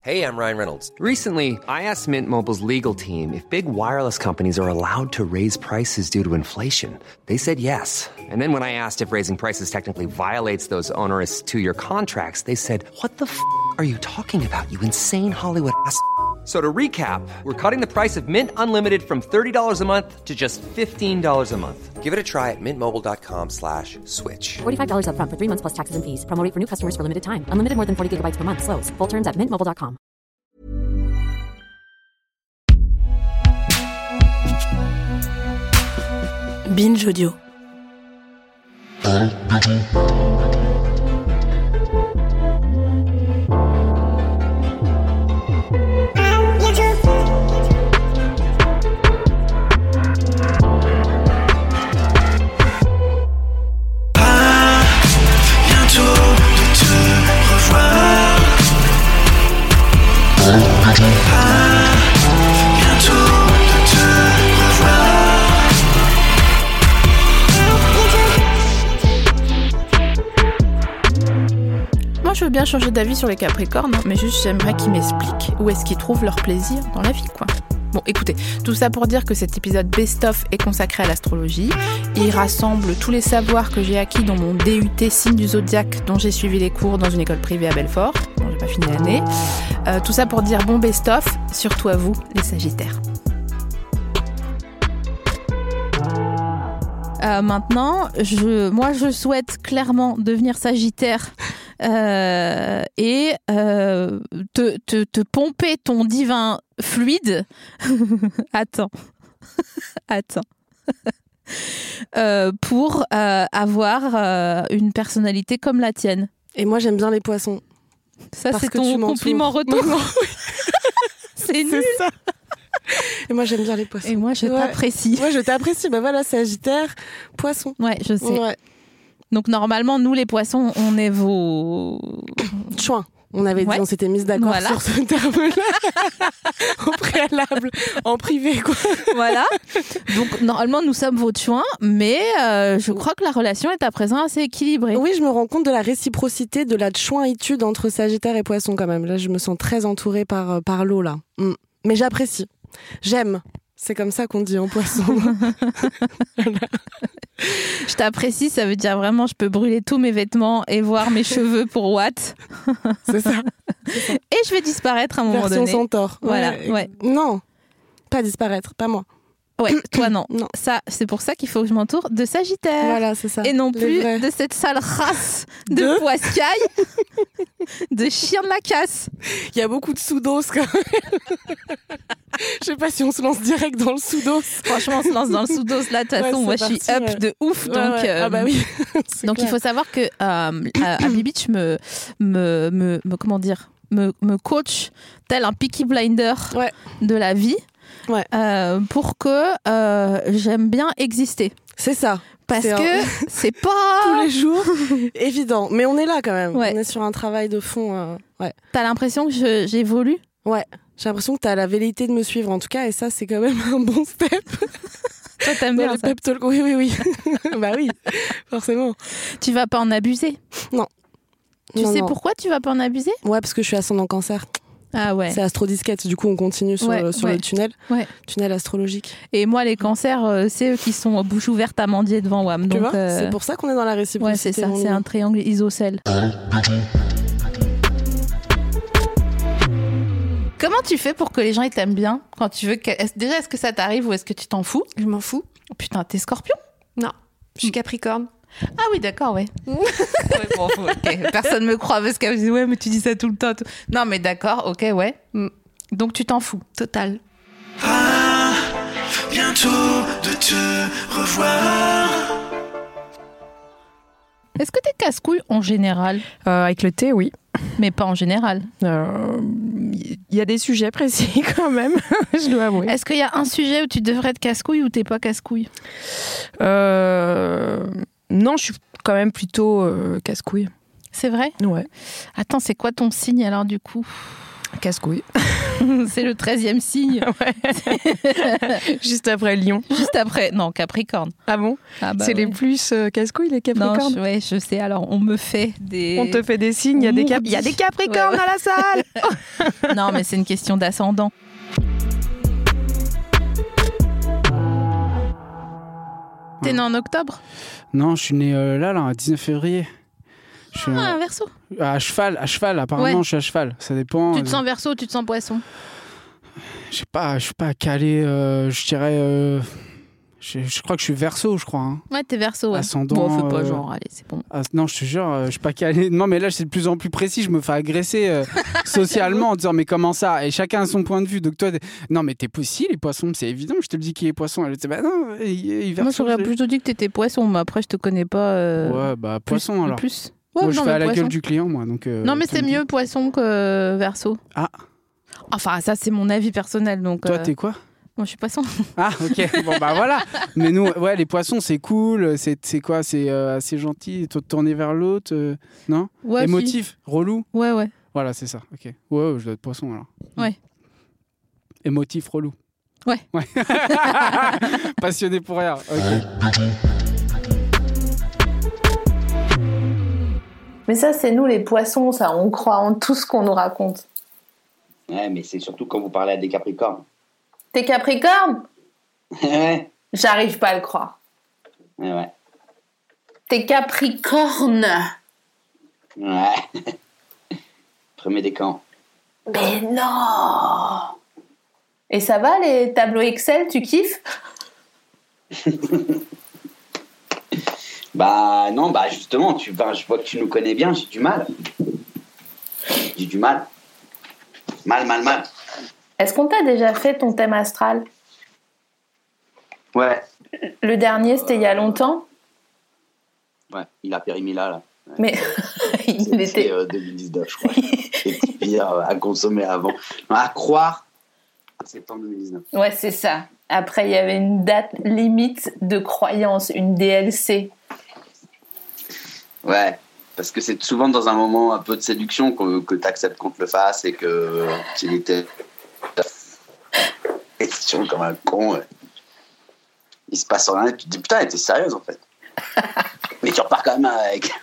Hey, I'm Ryan Reynolds. Recently, I asked Mint Mobile's legal team if big wireless companies are allowed to raise prices due to inflation. They said yes. And then when I asked if raising prices technically violates those onerous two-year contracts, they said, "What the f*** are you talking about, you insane Hollywood ass?" So to recap, we're cutting the price of Mint Unlimited from $30 a month to just $15 a month. Give it a try at mintmobile.com/switch. $45 up front for 3 months plus taxes and fees. Promo rate for new customers for limited time. Unlimited more than 40 gigabytes per month. Slows full terms at mintmobile.com. Binge Audio. Moi, je veux bien changer d'avis sur les Capricornes, mais juste j'aimerais qu'ils m'expliquent où est-ce qu'ils trouvent leur plaisir dans la vie, quoi. Bon, écoutez, tout ça pour dire que cet épisode best-of est consacré à l'astrologie. Il rassemble tous les savoirs que j'ai acquis dans mon DUT signe du zodiaque, dont j'ai suivi les cours dans une école privée à Belfort. Bon, j'ai pas fini l'année. Tout ça pour dire bon best-of, surtout à vous, les Sagittaires. Maintenant, je souhaite clairement devenir Sagittaire et te pomper ton divin fluide. Attends. Pour avoir une personnalité comme la tienne. Et moi, j'aime bien les poissons. Ça, c'est ton compliment retour. C'est nul. C'est ça. Et moi, j'aime bien les poissons. Et moi, je t'apprécie. Moi, je t'apprécie. Bah voilà, Sagittaire, poisson. Ouais, je sais. Ouais. Donc, normalement, nous, les poissons, on est vos... Chouin. On avait dit, on s'était mis d'accord sur ce terme-là. Au préalable, en privé, quoi. Voilà. Donc, normalement, nous sommes vos chouins, mais je crois que la relation est à présent assez équilibrée. Oui, je me rends compte de la réciprocité, de la chouinitude entre Sagittaire et Poisson, quand même. Là, je me sens très entourée par l'eau, là. Mais j'apprécie. J'aime. C'est comme ça qu'on dit en poisson. Voilà. Je t'apprécie, ça veut dire vraiment je peux brûler tous mes vêtements et voir mes cheveux pour Watt. C'est ça. Et je vais disparaître à un moment donné. Version centaure. Voilà. Ouais. Non, pas disparaître, pas moi. Ouais, toi non. Non. Ça, c'est pour ça qu'il faut que je m'entoure de Sagittaire. Voilà, c'est ça. Et non plus de cette sale race de poiscaille, de chien de la casse. Il y a beaucoup de sous-doses quand même. Je sais pas si on se lance direct dans le sous-dose. Franchement, on se lance dans le sous-dose là. De toute façon, moi, je suis up de ouf. Ouais, donc, Ah bah oui. Donc, il faut savoir que Abby Beach me coach tel un Peaky Blinder de la vie. Ouais. Pour que j'aime bien exister. C'est ça. Parce que c'est pas tous les jours évident. Mais on est là quand même. Ouais. On est sur un travail de fond. Ouais. T'as l'impression que j'évolue ? Ouais. J'ai l'impression que t'as la velléité de me suivre en tout cas. Et ça, c'est quand même un bon step. Toi, t'aimes bien ça. Pep talk. Oui. Bah oui, forcément. Tu vas pas en abuser ? Non. Tu sais pourquoi tu vas pas en abuser ? Ouais, parce que je suis ascendant Cancer. Ah ouais. C'est Astrodisquette, du coup on continue sur le tunnel. Ouais. Tunnel astrologique. Et moi les cancers, c'est eux qui sont bouche ouverte à mendier devant WAM. Tu donc, vois, c'est pour ça qu'on est dans la réciprocité. Ouais, c'est ça, c'est un triangle isocèle. Comment tu fais pour que les gens ils t'aiment bien quand tu veux Déjà, est-ce que ça t'arrive ou est-ce que tu t'en fous ? Je m'en fous. Oh, putain, t'es Scorpion ? Non, je suis Capricorne. Ah oui, d'accord, ouais. Ouais, bon, okay. Personne me croit parce qu'elle me dit ouais, mais tu dis ça tout le temps. Non, mais d'accord, ok, ouais. Donc tu t'en fous. Total. Ah, bientôt de te revoir. Est-ce que t'es casse-couille en général ? Avec le thé, oui. Mais pas en général. Il y a des sujets précis quand même, je dois avouer. Est-ce qu'il y a un sujet où tu devrais être casse-couille ou t'es pas casse-couille ? Non, je suis quand même plutôt casse-couille. C'est vrai ? Ouais. Attends, c'est quoi ton signe alors du coup ? Casse-couille. C'est le 13e signe. Juste après Lion. Juste après. Non, Capricorne. Ah bon? C'est les plus casse-couilles, les Capricornes? Non, je sais. Alors, on me fait des... On te fait des signes, il y a des Capricornes à la salle. Non, mais c'est une question d'ascendant. T'es né en octobre? Non, je suis né là, 19 février. Un Verseau. À cheval, apparemment, je suis à cheval. Ça dépend. Tu te sens Verseau ou tu te sens Poisson? Je sais pas, je suis pas calé, je dirais... Je crois que je suis Verseau, je crois. Hein. Ouais, t'es Verseau, ouais. Ascendant... Bon, fais pas genre, allez, c'est bon. Non, je te jure, je suis pas calé. Non, mais là, c'est de plus en plus précis. Je me fais agresser socialement en disant, mais comment ça? Et chacun a son point de vue. Donc toi, non, mais t'es possible, les poissons, c'est évident. Je te le dis qu'il est poisson. Elle dit, bah non, il Verseau. Moi, j'aurais plutôt dit que t'étais Poisson, mais après, je te connais pas. Ouais, bah, Poisson, alors. Plus. Ouais, Ouais, je non, fais à la Poisson. gueule du client, moi. Donc, non, mais c'est mieux Poisson que Verseau. Ah. Enfin, ça, c'est mon avis personnel. Donc, toi, t'es quoi? Moi, je suis Poisson. Ah, ok. Bon, bah voilà. Mais nous, ouais, les poissons, c'est cool. C'est quoi? C'est assez gentil. Toi, de tourner vers l'autre, non? Ouais. Émotif, relou. Ouais. Voilà, c'est ça. Ok. Ouais, je dois être poisson alors. Ouais. Émotif, relou. Ouais. Passionné pour rien. Ok. Mais ça, c'est nous les poissons, ça. On croit en tout ce qu'on nous raconte. Ouais, mais c'est surtout quand vous parlez à des Capricornes. T'es Capricorne? Ouais. J'arrive pas à le croire. Ouais. T'es Capricorne? Ouais. Premier des camps. Mais non! Et ça va, les tableaux Excel, tu kiffes? Bah non, bah justement, je vois que tu nous connais bien, j'ai du mal. Mal. Est-ce qu'on t'a déjà fait ton thème astral? Ouais. Le dernier, c'était il y a longtemps? Ouais, il a périmé là. Ouais. Mais il était... 2019, je crois. C'était pire à consommer avant. Non, à croire, septembre 2019. Ouais, c'est ça. Après, il y avait une date limite de croyance, une DLC. Ouais, parce que c'est souvent dans un moment un peu de séduction que tu acceptes qu'on te le fasse et que tu était question comme un con. Il se passe rien et tu te dis putain, elle était sérieuse en fait. Mais tu repars quand même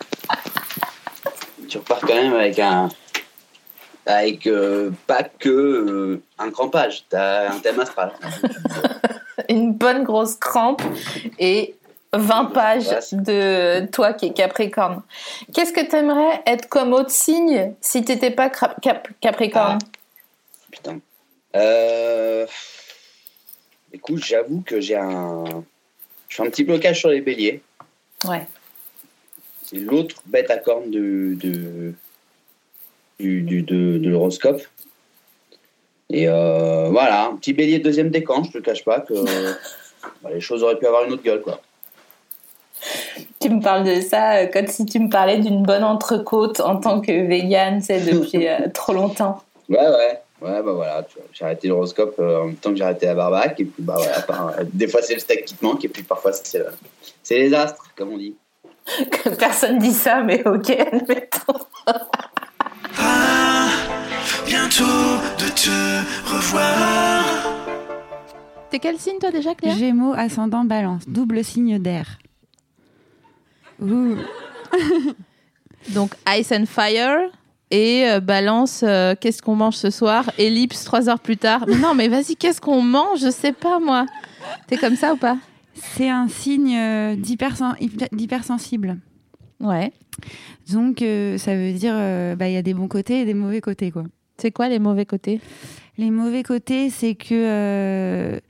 avec pas que un crampage, t'as un thème astral. Une bonne grosse crampe et 20 pages de toi qui es Capricorne. Qu'est-ce que t'aimerais être comme autre signe si t'étais pas Capricorne? Putain. Écoute, j'avoue que je fais un petit blocage sur les béliers. Ouais. C'est l'autre bête à cornes de l'horoscope. Et voilà, un petit bélier de deuxième décan, je te cache pas que les choses auraient pu avoir une autre gueule, quoi. Tu me parles de ça comme si tu me parlais d'une bonne entrecôte en tant que végane, c'est depuis trop longtemps. Ouais, bah voilà, tu vois, j'ai arrêté l'horoscope en même temps que j'ai arrêté la barbaque, et puis bah voilà, des fois c'est le steak qui te manque, et puis parfois c'est les astres, comme on dit. Que personne dit ça, mais ok, admettons. Bientôt de te revoir. T'es quel signe toi déjà, Cléa? Gémeaux, ascendant, Balance, double signe d'air. Ouh. Donc Ice and Fire et Balance, qu'est-ce qu'on mange ce soir? Ellipse 3 heures plus tard. Mais non, mais vas-y, qu'est-ce qu'on mange? Je sais pas moi. T'es comme ça ou pas? C'est un signe d'hypersensible. Ouais. Donc ça veut dire y a des bons côtés et des mauvais côtés, quoi. C'est quoi les mauvais côtés? Les mauvais côtés, c'est que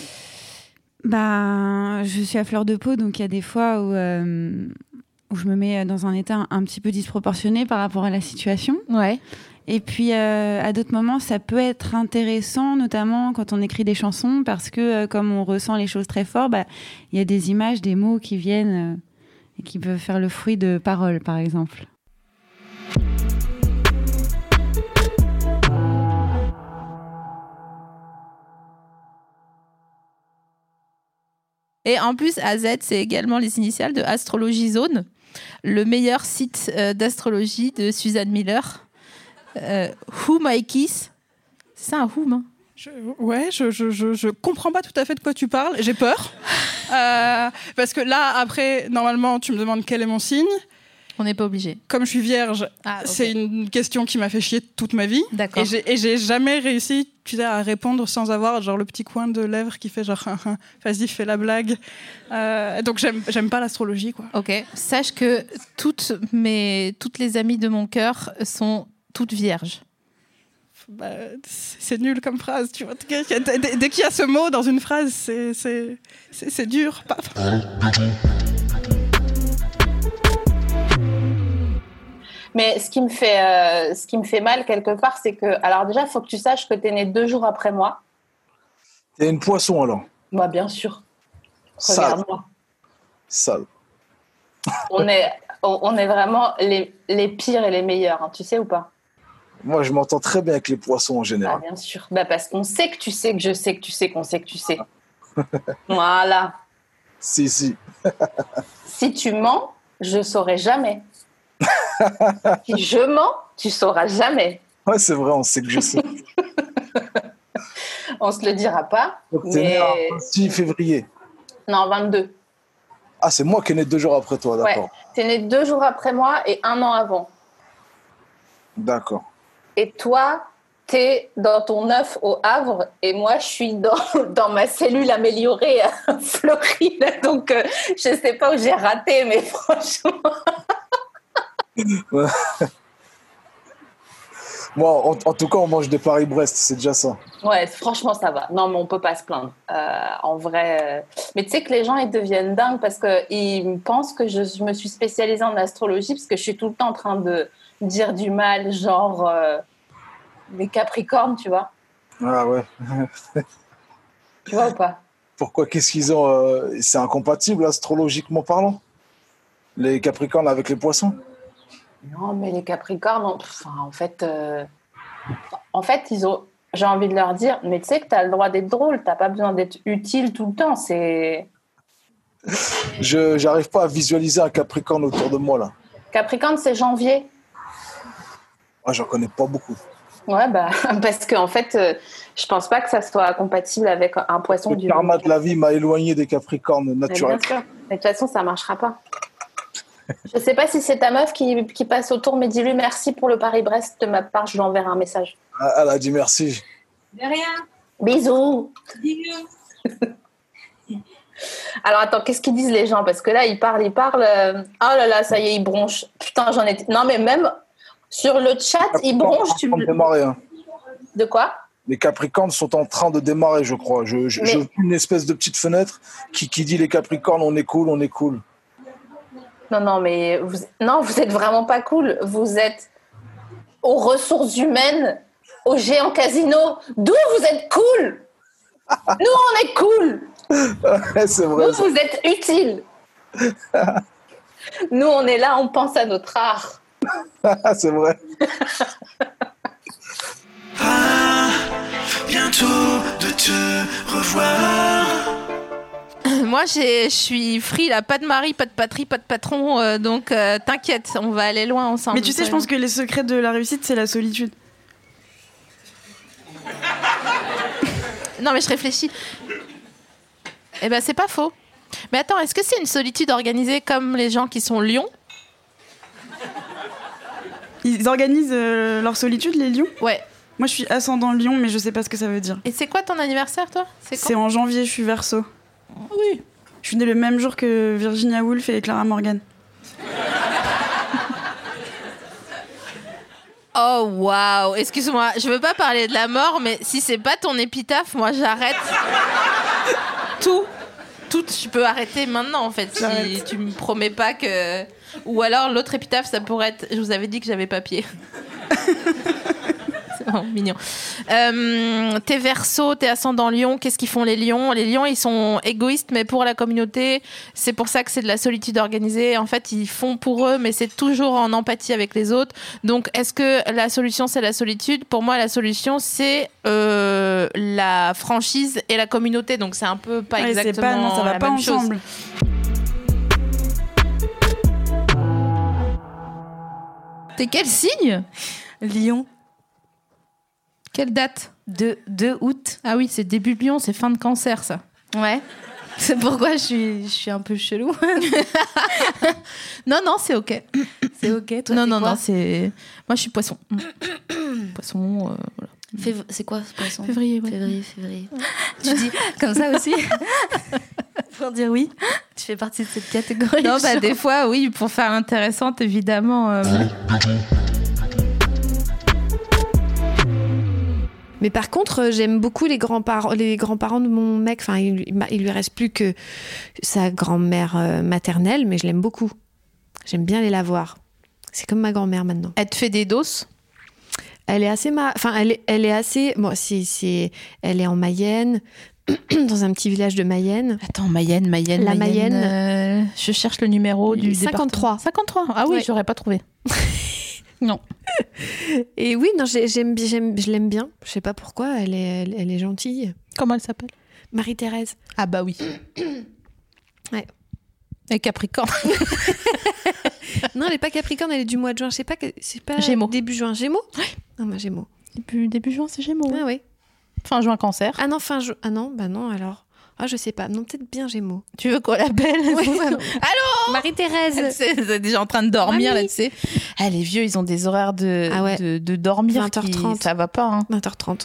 je suis à fleur de peau, donc il y a des fois où je me mets dans un état un petit peu disproportionné par rapport à la situation. Ouais. Et puis à d'autres moments, ça peut être intéressant, notamment quand on écrit des chansons, parce que comme on ressent les choses très fort, il y a des images, des mots qui viennent et qui peuvent faire le fruit de paroles, par exemple. Et en plus, AZ, c'est également les initiales de Astrologie Zone, le meilleur site d'astrologie de Suzanne Miller. Who My Kiss, C'est ça un whom, hein. Je comprends pas tout à fait de quoi tu parles. J'ai peur. Parce que là, après, normalement, tu me demandes quel est mon signe. On n'est pas obligé. Comme je suis vierge, c'est une question qui m'a fait chier toute ma vie. D'accord. Et j'ai jamais réussi, tu sais, à répondre sans avoir genre le petit coin de lèvres qui fait genre vas-y, fais la blague. Donc j'aime pas l'astrologie, quoi. Ok. Sache que toutes les amies de mon cœur sont toutes vierges. Bah, c'est nul comme phrase, tu vois. Dès qu'il y a ce mot dans une phrase, c'est dur. Mais ce qui me fait mal quelque part, c'est que, alors déjà, il faut que tu saches que tu es né 2 jours après moi. T'es une poisson alors? Bah bien sûr. Regarde-moi. Sale. On est vraiment les pires et les meilleurs, hein, tu sais ou pas? Moi, je m'entends très bien avec les poissons en général. Ah, bien sûr. Bah, parce qu'on sait que tu sais que je sais que tu sais qu'on sait que tu sais. Voilà. Si. Si tu mens, je saurai jamais. Si je mens, tu sauras jamais. Ouais, c'est vrai, on sait que je sais. On se le dira pas. Donc, t'es né le 6 février. Non, 22. Ah, c'est moi qui est né 2 jours après toi, d'accord. Ouais, t'es né 2 jours après moi et 1 an avant. D'accord. Et toi, t'es dans ton œuf au Havre et moi, je suis dans ma cellule améliorée à Floride. Donc, je sais pas où j'ai raté, mais franchement... Moi, en tout cas, on mange des Paris-Brest, c'est déjà ça. Ouais, franchement, ça va. Non, mais on peut pas se plaindre. En vrai... Mais tu sais que les gens, ils deviennent dingues parce qu'ils pensent que je me suis spécialisée en astrologie parce que je suis tout le temps en train de dire du mal, genre des Capricornes, tu vois. Ah ouais. Tu vois ou pas? Pourquoi? Qu'est-ce qu'ils ont c'est incompatible astrologiquement parlant? Les Capricornes avec les Poissons? Non, mais les Capricornes, en fait, ils ont... J'ai envie de leur dire, mais tu sais que tu as le droit d'être drôle, tu n'as pas besoin d'être utile tout le temps. Je n'arrive pas à visualiser un Capricorne autour de moi, là. Capricorne, c'est janvier. Ah, j'en connais pas beaucoup. Ouais, bah, parce qu'en fait, je pense pas que ça soit compatible avec un poisson du... Le karma de la vie m'a éloigné des Capricornes naturels. Bien sûr. Mais de toute façon, ça marchera pas. Je sais pas si c'est ta meuf qui passe autour, mais dis-lui merci pour le Paris-Brest de ma part, je lui enverrai un message. Ah, elle a dit merci. De rien. Bisous. Alors attends, qu'est-ce qu'ils disent les gens? Parce que là, ils parlent. Oh là là, ça y est, ils bronchent. Putain, j'en étais... Non, mais même sur le chat, ils bronchent. De quoi? Les Capricornes sont en train de démarrer, je crois. Je vois une espèce de petite fenêtre qui dit les Capricornes, on est cool. Non, mais vous êtes vraiment pas cool. Vous êtes aux ressources humaines, au géant casino. D'où vous êtes cool? Nous, on est cool. Ouais, c'est vrai. Vous êtes utile. Nous, on est là, on pense à notre art. C'est vrai. Bientôt de te revoir. Moi, je suis free, là. Pas de mari, pas de patrie, pas de patron. Donc, t'inquiète, on va aller loin ensemble. Mais tu sais, je pense que les secrets de la réussite, c'est la solitude. Non, mais je réfléchis. Eh ben, c'est pas faux. Mais attends, est-ce que c'est une solitude organisée comme les gens qui sont lions? Ils organisent leur solitude, les lions? Ouais. Moi, je suis ascendant lion, mais je sais pas ce que ça veut dire. Et c'est quoi ton anniversaire, toi? C'est en janvier, je suis Verseau. Oui. Je suis née le même jour que Virginia Woolf et Clara Morgan. Oh waouh, excuse-moi, je veux pas parler de la mort, mais si c'est pas ton épitaphe, moi j'arrête tout. Tu peux arrêter maintenant en fait. Si tu me promets pas que. Ou alors l'autre épitaphe, ça pourrait être. Je vous avais dit que j'avais papier. C'est vraiment mignon. T'es Verseau, t'es ascendant Lion. Qu'est-ce qu'ils font les lions? Les lions, ils sont égoïstes, mais pour la communauté. C'est pour ça que c'est de la solitude organisée. En fait, ils font pour eux, mais c'est toujours en empathie avec les autres. Donc, est-ce que la solution, c'est la solitude? Pour moi, la solution, c'est la franchise et la communauté. Donc, c'est un peu pas exactement ça va la pas même ensemble. chose. T'es quel signe? Lion. Quelle date ? 2 août. Ah oui, c'est début de Lion, c'est fin de Cancer, ça. Ouais. C'est pourquoi je suis un peu chelou. Non, c'est ok. C'est ok. Toi, Non, c'est. Moi, je suis Poisson. Poisson, voilà. C'est quoi ce poisson ? Février, ouais. Février. Tu dis comme ça aussi ? Pour dire oui. Tu fais partie de cette catégorie. Non, des fois, oui, pour faire intéressante, évidemment. Mais par contre, j'aime beaucoup les grands-parents de mon mec. Enfin, il lui reste plus que sa grand-mère maternelle, mais je l'aime beaucoup. J'aime bien aller la voir. C'est comme ma grand-mère maintenant. Elle te fait des doses ? Elle est assez elle est assez. Bon, elle est en Mayenne, dans un petit village de Mayenne. Attends, Mayenne. La Mayenne. Je cherche le numéro du 53. 53. Ah oui, ouais. J'aurais pas trouvé. Non. Et oui, non, je l'aime bien. Je sais pas pourquoi. Elle est gentille. Comment elle s'appelle ? Marie-Thérèse. Ah bah oui. Ouais. Et Capricorne. Non, elle est pas Capricorne, elle est du mois de juin. Je sais pas, c'est pas Gémeaux. Début juin. Gémeaux ? Non, moi Gémeaux. Début juin, c'est Gémeaux. Ah oui. Fin juin, Cancer. Ah non, fin juin. Ah non, bah non alors. Ah, je sais pas. Non, peut-être bien Gémeaux. Tu veux qu'on l'appelle ? Allô, Marie-Thérèse. Elle est déjà en train de dormir, Mamie. là, tu sais. Ah, les vieux, ils ont des horaires de dormir 20h30. Ça va pas, hein. 20h30.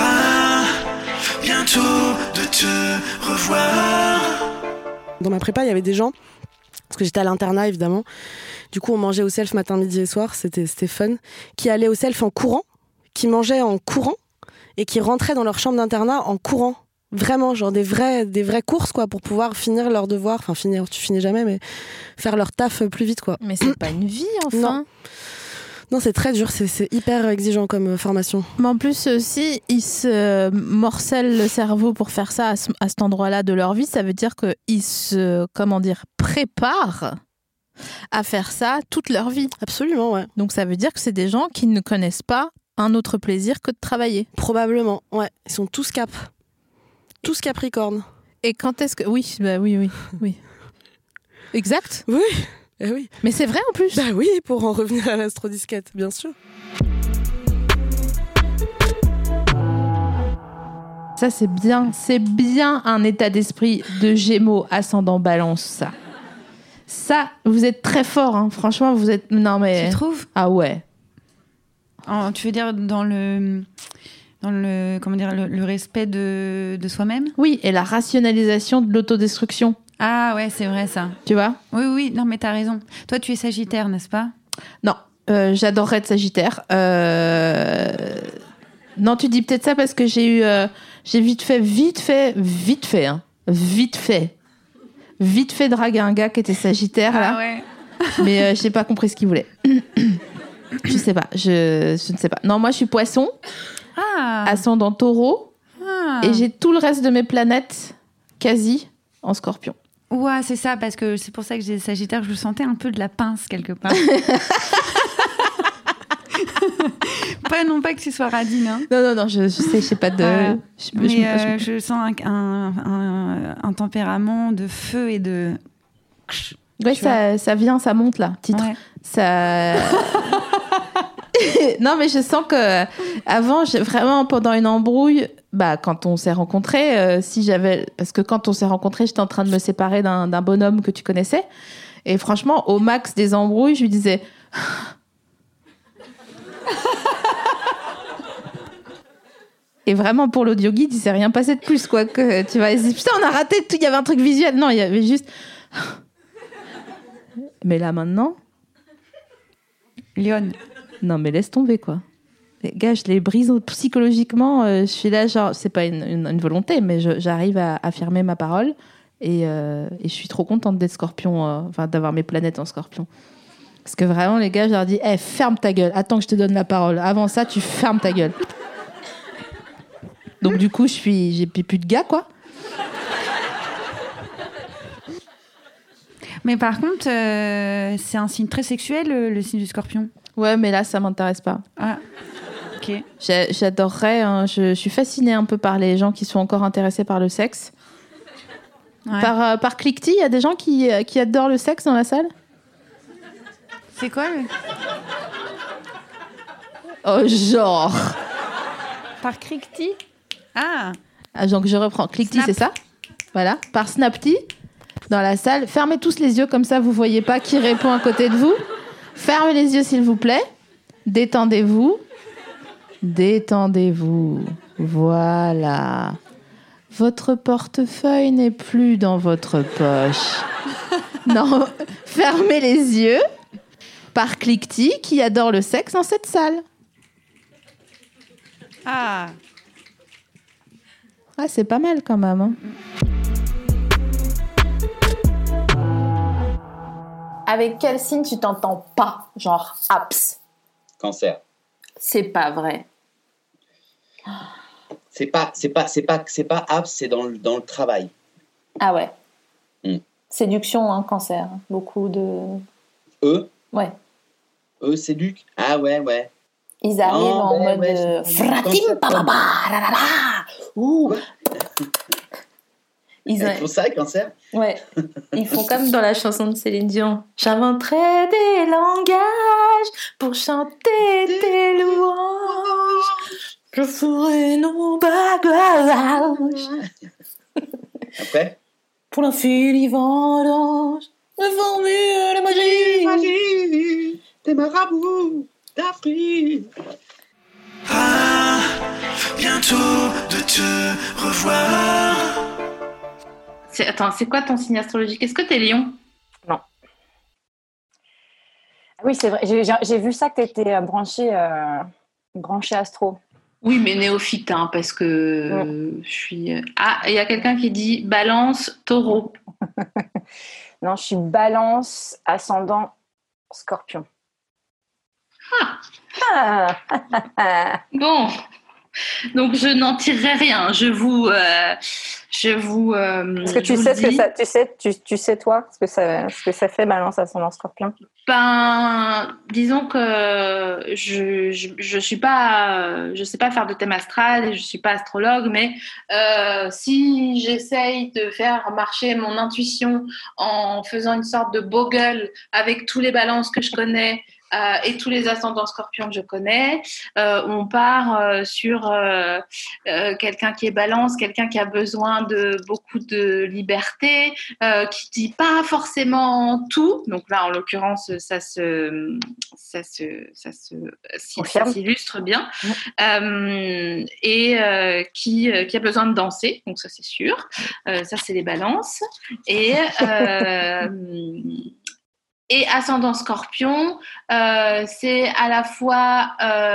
Bientôt de te revoir. Dans ma prépa, il y avait des gens, parce que j'étais à l'internat évidemment, du coup on mangeait au self matin, midi et soir, c'était fun, qui allaient au self en courant, qui mangeaient en courant et qui rentraient dans leur chambre d'internat en courant. Vraiment, genre des vraies courses quoi, pour pouvoir finir leurs devoirs, enfin finir, tu finis jamais, mais faire leur taf plus vite quoi. Mais c'est pas une vie enfin. Non, c'est très dur, c'est hyper exigeant comme formation. Mais en plus aussi, ils se morcellent le cerveau pour faire ça à cet endroit-là de leur vie. Ça veut dire qu'ils se, préparent à faire ça toute leur vie. Absolument, ouais. Donc ça veut dire que c'est des gens qui ne connaissent pas un autre plaisir que de travailler. Probablement, ouais. Ils sont tous cap. Tous Capricorne. Et quand est-ce que... Oui, bah oui. Exact. Oui. Eh oui. Mais c'est vrai en plus. Bah oui, pour en revenir à l'astrodisquette, bien sûr. Ça, c'est bien un état d'esprit de Gémeaux ascendant Balance, ça. Ça, vous êtes très fort, hein. Franchement, vous êtes... Non, mais... Tu trouves ? Ah ouais. Tu veux dire dans le respect de soi-même ? Oui, et la rationalisation de l'autodestruction. Ah ouais, c'est vrai ça. Tu vois ? Oui, non mais t'as raison. Toi, tu es Sagittaire, n'est-ce pas ? Non, j'adorerais être Sagittaire. Non, tu dis peut-être ça parce que j'ai vite fait draguer un gars qui était Sagittaire là. Ah ouais. Mais j'ai pas compris ce qu'il voulait. Je sais pas, je ne sais pas. Non, moi je suis Poisson, ascendant Taureau, et j'ai tout le reste de mes planètes quasi en Scorpion. Ouais, c'est ça, parce que c'est pour ça que j'ai Sagittaire, je sentais un peu de la pince quelque part. Pas que tu sois radine. Hein. Non, je sais pas de... Je sens un tempérament de feu et de... Oui, ça vient, ça monte là, titre. Ouais. Ça... Non, mais je sens que avant, vraiment pendant une embrouille, quand on s'est rencontrés, parce que quand on s'est rencontrés, j'étais en train de me séparer d'un bonhomme que tu connaissais, et franchement, au max des embrouilles, je lui disais. Et vraiment, pour l'audio guide, il s'est rien passé de plus, quoi. Que tu vas dire, putain, on a raté tout. Il y avait un truc visuel. Non, il y avait juste. Mais là maintenant, Lyon. Non, mais laisse tomber, quoi. Les gars, je les brise psychologiquement. Je suis là, genre, c'est pas une volonté, mais j'arrive à affirmer ma parole. Et je suis trop contente d'être Scorpion, d'avoir mes planètes en Scorpion. Parce que vraiment, les gars, je leur dis, ferme ta gueule. Attends que je te donne la parole. Avant ça, tu fermes ta gueule. Donc du coup, j'ai plus de gars, quoi. Mais par contre, c'est un signe très sexuel, le signe du Scorpion. Ouais, mais là, ça m'intéresse pas. Ah, ok. J'adorerais. Hein, je suis fascinée un peu par les gens qui sont encore intéressés par le sexe. Ouais. Par cliquetis, il y a des gens qui adorent le sexe dans la salle. C'est quoi Oh, genre. Par Clickty. Ah. Donc je reprends. Clickty, c'est ça. Voilà. Par Snapty. Dans la salle. Fermez tous les yeux, comme ça vous voyez pas qui répond à côté de vous. Fermez les yeux s'il vous plaît. Détendez-vous. Détendez-vous. Voilà. Votre portefeuille n'est plus dans votre poche. Non, fermez les yeux. Par Clickty, qui adore le sexe dans cette salle. Ah, c'est pas mal quand même. Hein. Avec quel signe tu t'entends pas? Genre abs. Cancer. C'est pas vrai. C'est pas abs, c'est dans le travail. Ah ouais. Séduction, hein, cancer. Beaucoup de... Ouais. Séduc. Ah ouais. Ils arrivent en mode... Fratim, bababa, ouh. Ils font ça, cancer? Ouais. Ils font comme dans la chanson de Céline Dion. J'inventerai des langages pour chanter tes louanges. Je ferai nos bagages. Après? Pour l'infini vendange, de formules la magie des marabouts d'Afrique. Ah, bientôt de te revoir. Attends, c'est quoi ton signe astrologique? Est-ce que t'es Lion? Non. Oui, c'est vrai. J'ai vu ça que t'étais branché astro. Oui, mais néophyte, hein, parce que je suis... Ah, il y a quelqu'un qui dit Balance, Taureau. Non, je suis Balance, ascendant, Scorpion. Bon, donc je n'en tirerai rien. Je vous. Est-ce que tu sais ce que ça, tu sais toi ce que ça fait Balance ascendant Scorpion? Ben, disons que je suis pas, je sais pas faire de thème astral et je suis pas astrologue, mais si j'essaye de faire marcher mon intuition en faisant une sorte de bogle avec tous les balances que je connais. Et tous les ascendants scorpions que je connais, on part sur quelqu'un qui est balance, quelqu'un qui a besoin de beaucoup de liberté, qui dit pas forcément tout. Donc là, en l'occurrence, ça s'illustre bien. Et qui a besoin de danser. Donc ça, c'est sûr. Ça, c'est les balances. Et ascendant scorpion, c'est à la fois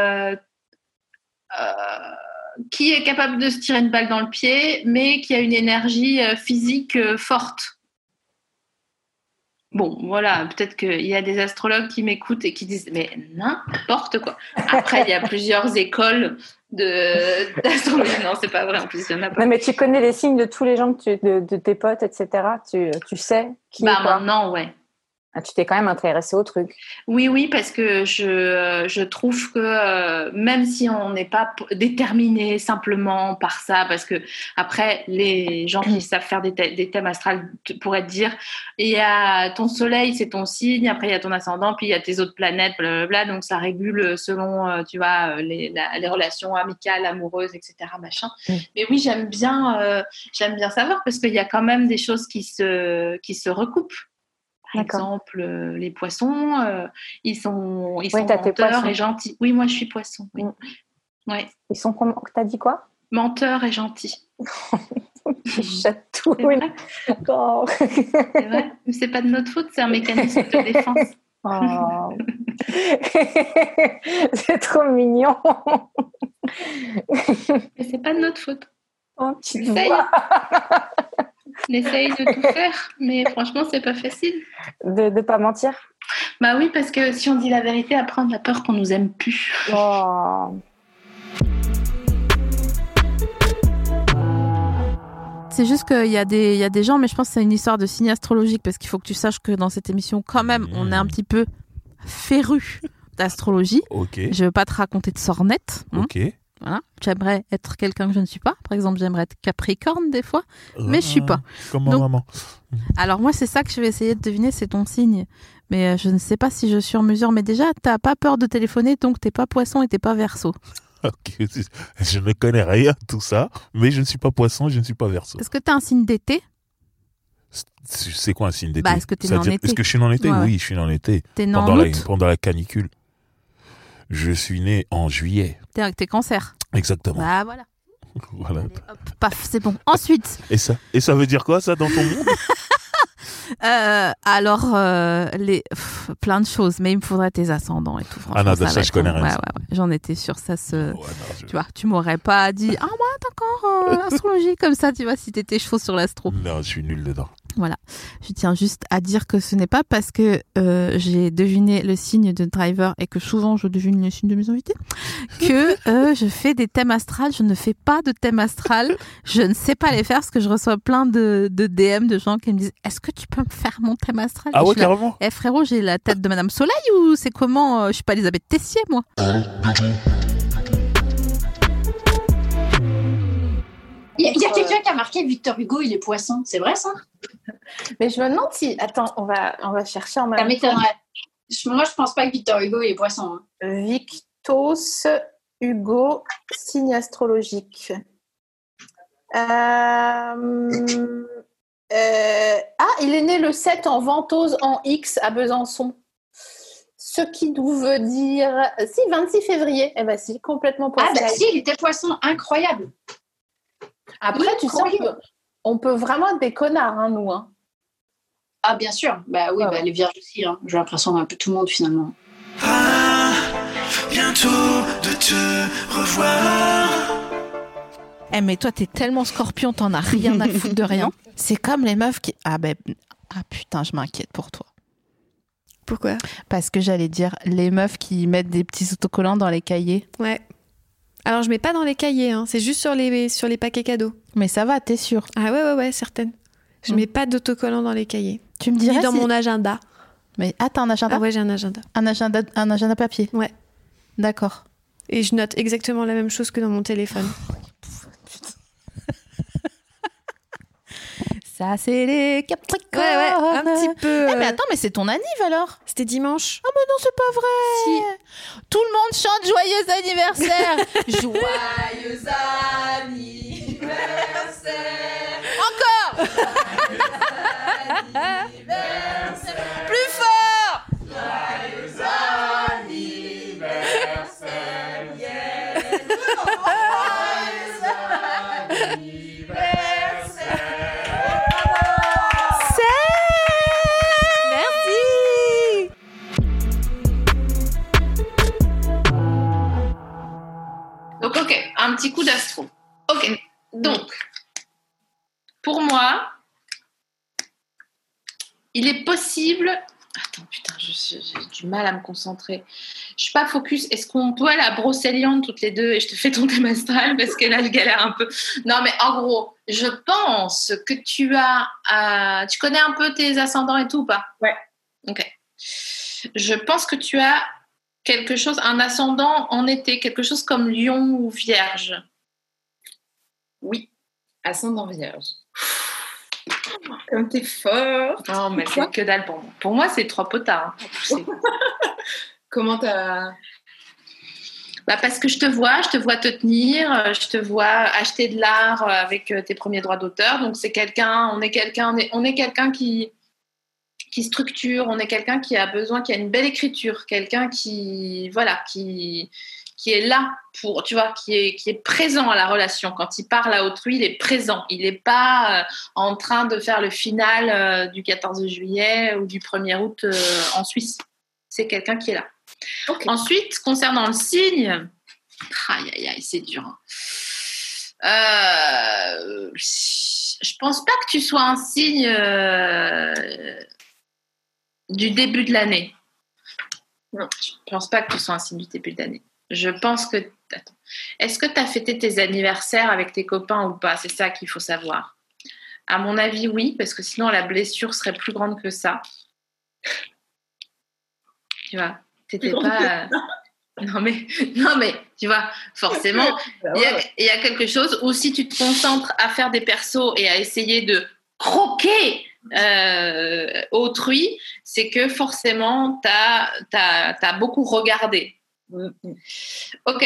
qui est capable de se tirer une balle dans le pied, mais qui a une énergie physique forte. Bon, voilà, peut-être qu'il y a des astrologues qui m'écoutent et qui disent « mais n'importe quoi ». Après, il y a plusieurs écoles d'astrologie. Non, c'est pas vrai, en plus, il y en a pas. Non, mais tu connais les signes de tous les gens de tes potes, etc. Tu sais qui est quoi. Maintenant, ouais. Ah, tu t'es quand même intéressée au truc. Oui, parce que je trouve que même si on n'est pas déterminé simplement par ça, parce que après les gens qui savent faire des thèmes astrales pourraient te dire il y a ton soleil, c'est ton signe, après il y a ton ascendant, puis il y a tes autres planètes, blablabla, donc ça régule selon tu vois les relations amicales, amoureuses, etc. machin. Mais oui, j'aime bien savoir parce qu'il y a quand même des choses qui se recoupent. Par exemple, les poissons, ils sont menteurs et gentils. Oui, moi, je suis poisson. Oui. Ouais. Ils sont comment? T'as dit quoi? Menteurs et gentils. Ils chatouillent. D'accord. C'est vrai. Mais c'est pas de notre faute, c'est un mécanisme de défense. Oh. C'est trop mignon. Mais c'est pas de notre faute. Oh, tu On essaye de tout faire, mais franchement, c'est pas facile. De pas mentir? Bah oui, parce que si on dit la vérité, après, on a peur qu'on nous aime plus. Oh. C'est juste qu'il y a des gens, mais je pense que c'est une histoire de signe astrologique, parce qu'il faut que tu saches que dans cette émission, quand même, on est un petit peu férus d'astrologie. Ok. Je veux pas te raconter de sornettes. Ok. Voilà. J'aimerais être quelqu'un que je ne suis pas. Par exemple, j'aimerais être Capricorne des fois, mais je suis pas. Comme ma maman. Alors moi, c'est ça que je vais essayer de deviner, c'est ton signe. Mais je ne sais pas si je suis en mesure. Mais déjà, t'as pas peur de téléphoner, donc t'es pas Poisson et t'es pas Verseau. Ok, je ne connais rien de tout ça, mais je ne suis pas poisson, je ne suis pas verseau. Est-ce que t'as un signe d'été? C'est quoi un signe d'été? Bah, est-ce que t'es né en été? Est-ce que je suis né en été? Ouais, ouais. Oui, je suis né en été. T'es né en août? Pendant la canicule. Je suis né en juillet. T'es cancer. Exactement. Bah voilà. Voilà. Hop, paf, c'est bon. Ensuite. Et ça veut dire quoi, ça, dans ton monde? Alors, plein de choses, mais il me faudrait tes ascendants et tout. Ah non, ça je connais rien. Ouais. J'en étais sûre, ça se. Tu vois, tu m'aurais pas dit, ah, moi, d'accord, astrologie comme ça, tu vois, si t'étais chaud sur l'astro. Non, je suis nul dedans. Voilà. Je tiens juste à dire que ce n'est pas parce que j'ai deviné le signe de Driver et que souvent je devine le signe de mes invités que je fais des thèmes astrales. Je ne fais pas de thèmes astral. Je ne sais pas les faire parce que je reçois plein de DM de gens qui me disent est-ce que tu peux me faire mon thème astral? Ah ouais, carrément. Eh frérot, j'ai la tête de Madame Soleil ou c'est comment? Je suis pas Elisabeth Tessier, moi. Il y a quelqu'un qui a marqué Victor Hugo, il est poisson. C'est vrai, ça? Mais je me demande si... Attends, on va chercher en même Ça temps. m'étonnerait. Moi, je pense pas que Victor Hugo, il est poisson. Hein. Victos Hugo, signe astrologique. Il est né le 7 en Ventose en X à Besançon. Ce qui veut dire... Si, 26 février. Eh bien, si, complètement poisson. Ah, bah si, il était poisson. Incroyable. Après, tu sais, on peut vraiment être des connards, hein, nous. Hein. Ah, bien sûr. Bah oui, les vierges aussi. Hein. J'ai l'impression d'un peu tout le monde, finalement. Bientôt de te revoir. Eh, mais toi, t'es tellement scorpion, t'en as rien à foutre de rien. C'est comme les meufs qui... Ah putain, je m'inquiète pour toi. Pourquoi? Parce que j'allais dire, les meufs qui mettent des petits autocollants dans les cahiers. Ouais. Alors, je mets pas dans les cahiers, hein. C'est juste sur les paquets cadeaux. Mais ça va, t'es sûre? Ah ouais, certaine. Je mets pas d'autocollants dans les cahiers. Tu me dirais ni dans mon agenda. Mais t'as un agenda? Ah ouais, j'ai un agenda. Un agenda papier? Ouais. D'accord. Et je note exactement la même chose que dans mon téléphone. Ça, c'est les Capricornes. Ouais, un petit peu. Mais attends, mais c'est ton anniv alors? C'était dimanche. Ah, mais non, c'est pas vrai. Si. Tout le monde chante joyeux anniversaire. Joyeux anniversaire. Encore. Anniversaire. Plus fort. Joyeux anniversaire. Yeah. Joyeux anniversaire. Donc, ok, un petit coup d'astro. Ok, donc, pour moi, il est possible... Attends, putain, j'ai du mal à me concentrer. Je suis pas focus. Est-ce qu'on peut aller à Brocéliande toutes les deux et je te fais ton thème astral parce que là, je galère un peu. Non, mais en gros, je pense que tu as... tu connais un peu tes ascendants et tout ou pas? Ouais. Ok. Je pense que tu as... quelque chose, un ascendant en été, quelque chose comme Lion ou Vierge. Oui, ascendant Vierge. Comme t'es fort. Non, mais c'est que dalle pour moi. Pour moi, c'est 3 potards. Hein. Comment t'as... Parce que je te vois te tenir, je te vois acheter de l'art avec tes premiers droits d'auteur. Donc, on est quelqu'un qui structure, on est quelqu'un qui a besoin, qui a une belle écriture, quelqu'un qui est là pour, tu vois, qui est présent à la relation. Quand il parle à autrui, il est présent. Il n'est pas en train de faire le final du 14 juillet ou du 1er août en Suisse. C'est quelqu'un qui est là. Okay. Ensuite, concernant le signe, aïe, c'est dur. Je pense pas que tu sois un signe du début de l'année. Non, je pense pas que tu sois un signe du début de l'année. Je pense que... Attends. Est-ce que tu as fêté tes anniversaires avec tes copains ou pas? C'est ça qu'il faut savoir. À mon avis, oui, parce que sinon la blessure serait plus grande que ça. Tu vois, t'étais pas... Non mais, tu vois, forcément, il y a quelque chose où si tu te concentres à faire des persos et à essayer de croquer autrui, c'est que forcément, t'as beaucoup regardé. Ok.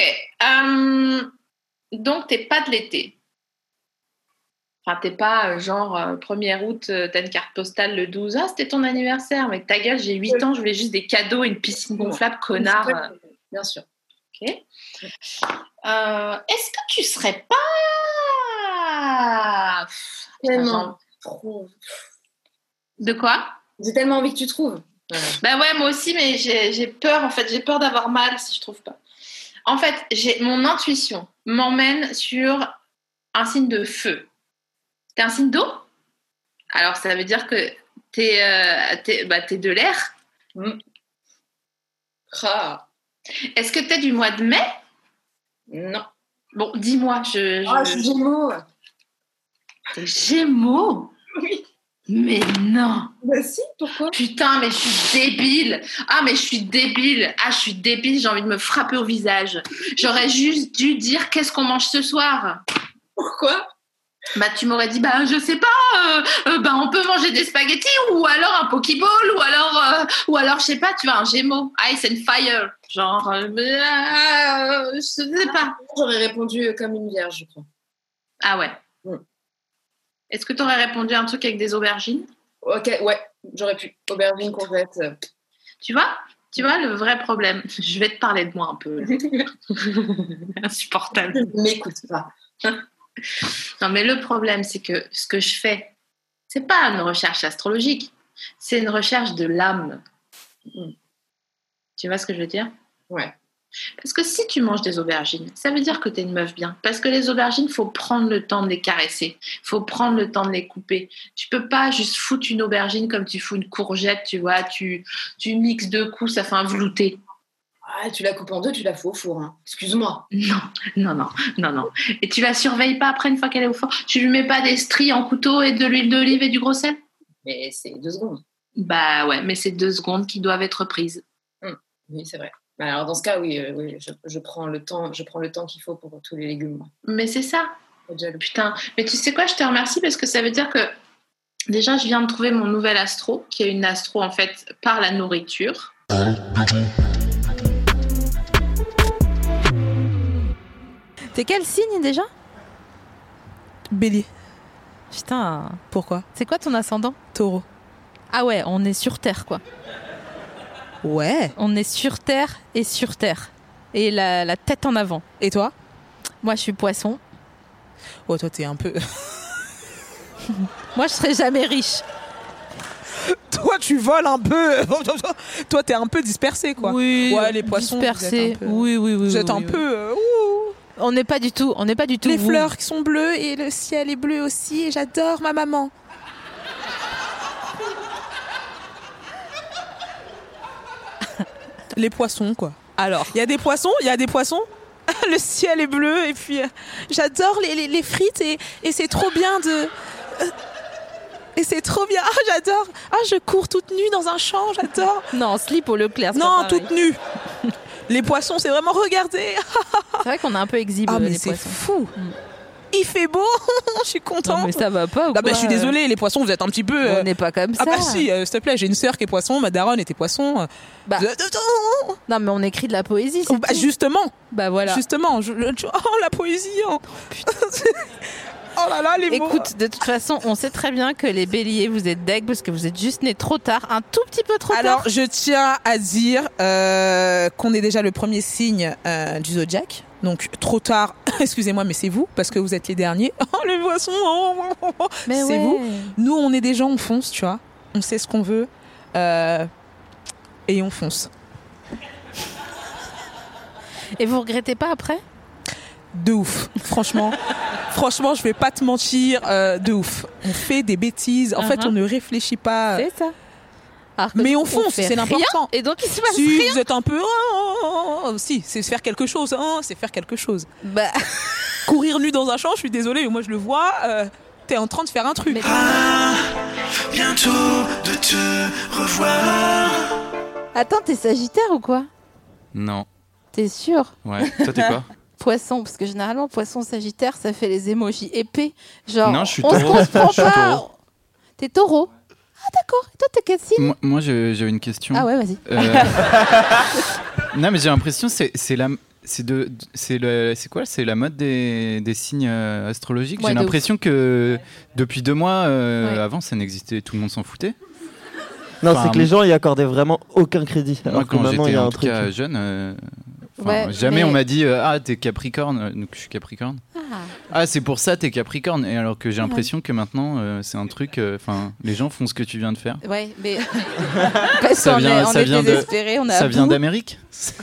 Donc, t'es pas de l'été. Enfin, t'es pas genre 1er août, t'as une carte postale le 12. Ah, c'était ton anniversaire. Mais ta gueule, j'ai 8 ans, je voulais juste des cadeaux et une piscine gonflable, connard. Bien sûr. Ok. Est-ce que tu serais pas... Tellement trop... De quoi? J'ai tellement envie que tu trouves. Bah ouais, moi aussi, mais j'ai peur, en fait. J'ai peur d'avoir mal si je trouve pas. En fait, mon intuition m'emmène sur un signe de feu. T'es un signe d'eau? Alors, ça veut dire que t'es de l'air. Est-ce que t'es du mois de mai? Non. Bon, dis-moi. Je suis Gémeaux. T'es Gémeaux? Oui. Mais non. Bah si, pourquoi? Putain, mais je suis débile. Je suis débile, j'ai envie de me frapper au visage. J'aurais juste dû dire qu'est-ce qu'on mange ce soir. Pourquoi? Bah tu m'aurais dit je sais pas, on peut manger des spaghettis ou alors un pokéball ou alors je sais pas, tu vois, un Gémeaux, Ice and Fire, genre je sais pas. J'aurais répondu comme une vierge, je crois. Ah ouais. Est-ce que tu aurais répondu à un truc avec des aubergines? Ok, ouais, j'aurais pu. Aubergines, courgettes. Tu vois le vrai problème. Je vais te parler de moi un peu. Insupportable. Ne m'écoute pas. Non, mais le problème, c'est que ce que je fais, c'est pas une recherche astrologique, c'est une recherche de l'âme. Tu vois ce que je veux dire? Ouais. Parce que si tu manges des aubergines, ça veut dire que t'es une meuf bien. Parce que les aubergines, faut prendre le temps de les caresser. Faut prendre le temps de les couper. Tu peux pas juste foutre une aubergine comme tu fous une courgette, tu vois. Tu mixes 2 coups, ça fait un velouté. Ah, tu la coupes en 2, tu la fous au four. Hein. Excuse-moi. Non. Et tu la surveilles pas après une fois qu'elle est au four? Tu lui mets pas des stries en couteau et de l'huile d'olive et du gros sel? Mais c'est 2 secondes. Bah ouais, mais c'est 2 secondes qui doivent être prises. Oui, c'est vrai. Alors dans ce cas, oui, je prends le temps qu'il faut pour tous les légumes. Moi. Mais c'est ça. Putain. Mais tu sais quoi, je te remercie parce que ça veut dire que déjà, je viens de trouver mon nouvel astro, qui est une astro en fait par la nourriture. T'es quel signe déjà? Bélier. Putain. Pourquoi? C'est quoi ton ascendant? Taureau. Ah ouais, on est sur Terre quoi. Ouais. On est sur Terre. Et la tête en avant. Et toi? Moi, je suis Poisson. Oh, toi, t'es un peu... Moi, je serai jamais riche. Toi, tu voles un peu. Toi, t'es un peu dispersé, quoi. Oui. Ouais, les poissons, dispersés. Oui. Vous êtes un peu... On n'est pas du tout. Les fleurs qui sont bleues et le ciel est bleu aussi. Et j'adore ma maman. Les poissons, quoi. Alors, il y a des poissons. Le ciel est bleu et puis j'adore les frites et c'est trop bien de... Et c'est trop bien. Ah, j'adore. Ah, je cours toute nue dans un champ, j'adore. Non, slip au Leclerc. Non, toute nue. Les poissons, c'est vraiment regarder. C'est vrai qu'on est un peu exhibe. Ah, mais les c'est poissons. fou. Il fait beau, je suis contente. Non, mais ça va pas ou quoi? Je suis désolée, les poissons, vous êtes un petit peu... On n'est pas comme ça. Ah bah si, s'il te plaît, j'ai une sœur qui est poisson, ma daronne était poisson. Non, mais on écrit de la poésie, justement. Bah voilà. Justement, la poésie. Oh, putain. Oh là là, les mots. Écoute, de toute façon, on sait très bien que les béliers, vous êtes deg parce que vous êtes juste nés trop tard, un tout petit peu trop tard. Alors, je tiens à dire qu'on est déjà le premier signe du zodiaque. Donc, trop tard, excusez-moi, mais c'est vous, parce que vous êtes les derniers. Oh, les poissons, mais c'est vous. Nous, on est des gens, on fonce, tu vois. On sait ce qu'on veut et on fonce. Et vous regrettez pas après ? De ouf, franchement, je vais pas te mentir, de ouf. On fait des bêtises, en fait on ne réfléchit pas. C'est ça. Mais on fonce, c'est l'important. Et donc il se passe rien. Vous êtes un peu, si, c'est faire quelque chose, c'est faire quelque chose. Bah. Courir nu dans un champ, je suis désolée, moi je le vois, t'es en train de faire un truc. Bientôt de te revoir. Attends, t'es Sagittaire ou quoi ? Non. T'es sûr ? Ouais. Toi t'es quoi ? Poisson, parce que généralement Poisson Sagittaire ça fait les émojis épais, genre non, je suis taureau. T'es taureau. Ah d'accord, et toi t'es quel signe ? Moi j'ai une question. Ah ouais, vas-y. Non, mais j'ai l'impression c'est la mode des signes astrologiques. Ouais, J'ai de l'impression que depuis 2 mois, avant, ça n'existait, tout le monde s'en foutait. Non, Enfin, c'est que les gens y accordaient vraiment aucun crédit. Moi, Alors que quand maintenant, il y j'étais a en un tout truc. cas jeune, Ouais, jamais mais- on m'a dit t'es Capricorne, donc je suis Capricorne. C'est pour ça t'es Capricorne. Et alors que j'ai l'impression que maintenant c'est un truc. Les gens font ce que tu viens de faire. Ouais, mais parce Ça qu'on vient- est, ça on est vient de- désespérés, on a Ça vient bout. d'Amérique.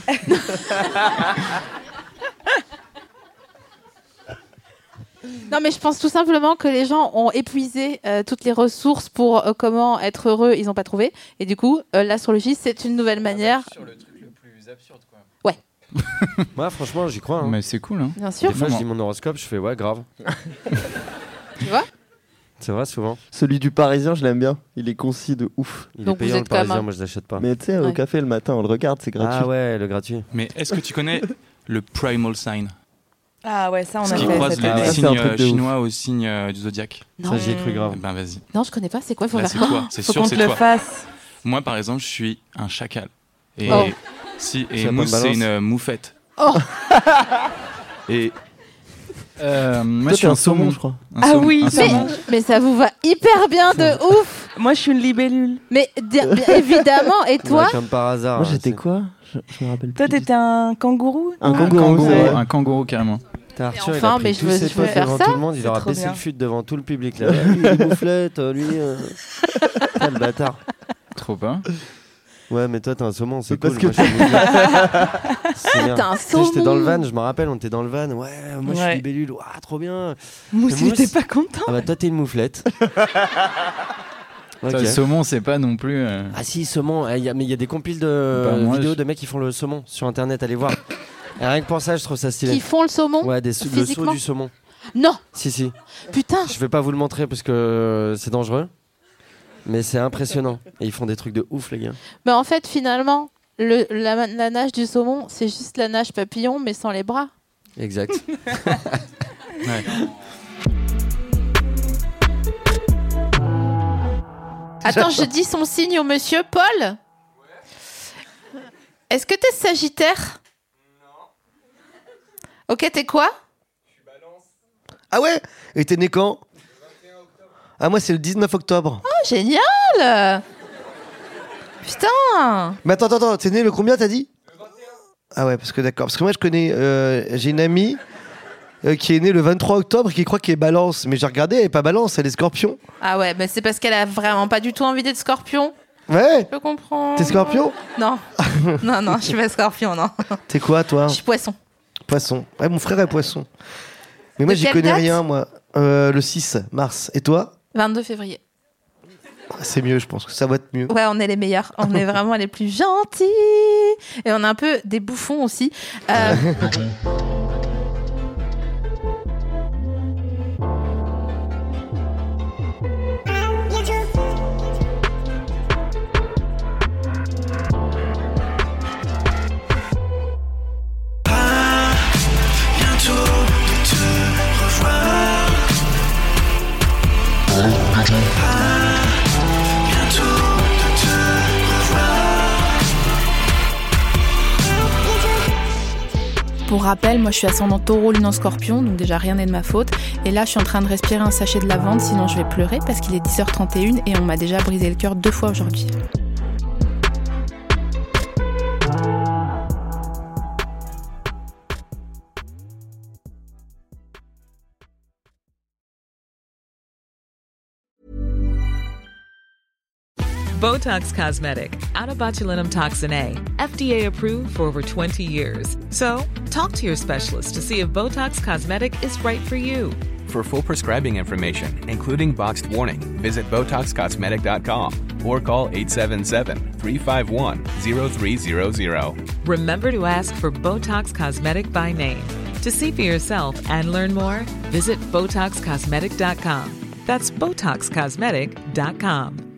Non, mais je pense tout simplement que les gens ont épuisé toutes les ressources pour comment être heureux, ils n'ont pas trouvé. Et du coup, l'astrologie, c'est une nouvelle manière. Sur le truc le plus absurde, quoi. Ouais. Moi, franchement, j'y crois. Hein. Mais c'est cool. Hein. Bien sûr. Des fois, je lis mon horoscope, je fais ouais, grave. Tu vois ? C'est vrai, souvent. Celui du Parisien, je l'aime bien. Il est concis de ouf. Il Donc est payant vous le êtes comme Parisien, un- moi je l'achète pas. Mais tu sais, au Ouais. café le matin, on le regarde, c'est gratuit. Ah ouais, le gratuit. Mais est-ce que tu connais le primal sign? Ah ouais, ça on Ce a qui fait. croise cette les année. c'est un signes truc de ouf. chinois aux signes du zodiaque. Non. Ça, j'y ai cru grave. Ben vas-y. Non, je connais pas. C'est quoi ? Il faut Là, faire c'est quoi toi. C'est Faut sûr, qu'on c'est te le toi. fasse. Moi, par exemple, je suis un chacal. Et Oh. si Tu et vas pas Mousse, me c'est balancer une moufette. Oh. Et moi, Toi, je suis t'es un saumon, je crois. Un Ah saumon, oui, un mais- saumon. Mais ça vous va hyper bien de ouf. Moi je suis une libellule. Mais bien évidemment. Et toi ? Ouais, comme par hasard. Moi, hein, j'étais c'est- quoi je me rappelle Toi plus. t'étais un kangourou. Un non kangourou. ouais. Un kangourou, carrément. T'as Arthur, Mais il enfin, a pris mais tous je veux- ses je veux potes faire devant ça. tout le monde, il C'est leur a trop baissé bien. le fut devant tout le public. Là. Lui, il est mouflette, lui. Trop pas. Ouais, mais toi, t'es un saumon, c'est C'est cool. parce que moi, je suis une- C'est bien. T'es un Tu sais, J'étais dans le saumon. van, je me rappelle, on était dans le van. Ouais, moi, je suis Ouais. libellule. Ouah, trop bien. Mousse, Mais il était pas content. Ah bah, toi, t'es une mouflette. Ok. Ça, le saumon, c'est pas non plus. Ah si, saumon. Mais il y a des compiles Bah, de moi, vidéos je- de mecs qui font le saumon sur Internet. Allez voir. Et rien que pour ça, je trouve ça stylé. Qui font le saumon ? Ouais, le saut physiquement du saumon. Non. Si. Putain. Je vais pas vous le montrer parce que c'est dangereux. Mais c'est impressionnant. Et ils font des trucs de ouf, les gars. Mais en fait, finalement, la nage du saumon, c'est juste la nage papillon, mais sans les bras. Exact. Ouais. Attends, je dis son signe au monsieur Paul. Est-ce que t'es Sagittaire ? Non. Ok, t'es quoi ? Ah ouais. Et t'es né quand? Ah, moi, c'est le 19 octobre. Oh, génial ! Putain ! Mais attends, t'es né le combien, t'as dit? Le 21. Ah ouais, parce que d'accord. Parce que moi, je connais. J'ai une amie qui est née le 23 octobre et qui croit qu'elle est balance. Mais j'ai regardé, elle est pas balance, elle est scorpion. Ah ouais, mais c'est parce qu'elle a vraiment pas du tout envie d'être scorpion. Ouais. Je comprends. T'es scorpion? Non. non, je suis pas scorpion, non. T'es quoi, toi? Je suis poisson. Poisson. Ouais, mon frère est poisson. Mais moi, De j'y quelle connais date rien, moi. Le 6 mars. Et toi? 22 février. C'est mieux, je pense que ça va être mieux. Ouais, on est les meilleurs. On est vraiment les plus gentils. Et on est un peu des bouffons aussi. Bientôt de te revoir. Bientôt de te revoir. Pour rappel, moi je suis ascendant taureau, lune en scorpion, donc déjà rien n'est de ma faute. Et là je suis en train de respirer un sachet de lavande, sinon je vais pleurer parce qu'il est 10h31 et on m'a déjà brisé le cœur 2 fois aujourd'hui. Botox Cosmetic, out of botulinum toxin A, FDA approved for over 20 years. So, talk to your specialist to see if Botox Cosmetic is right for you. For full prescribing information, including boxed warning, visit BotoxCosmetic.com or call 877-351-0300. Remember to ask for Botox Cosmetic by name. To see for yourself and learn more, visit BotoxCosmetic.com. That's BotoxCosmetic.com.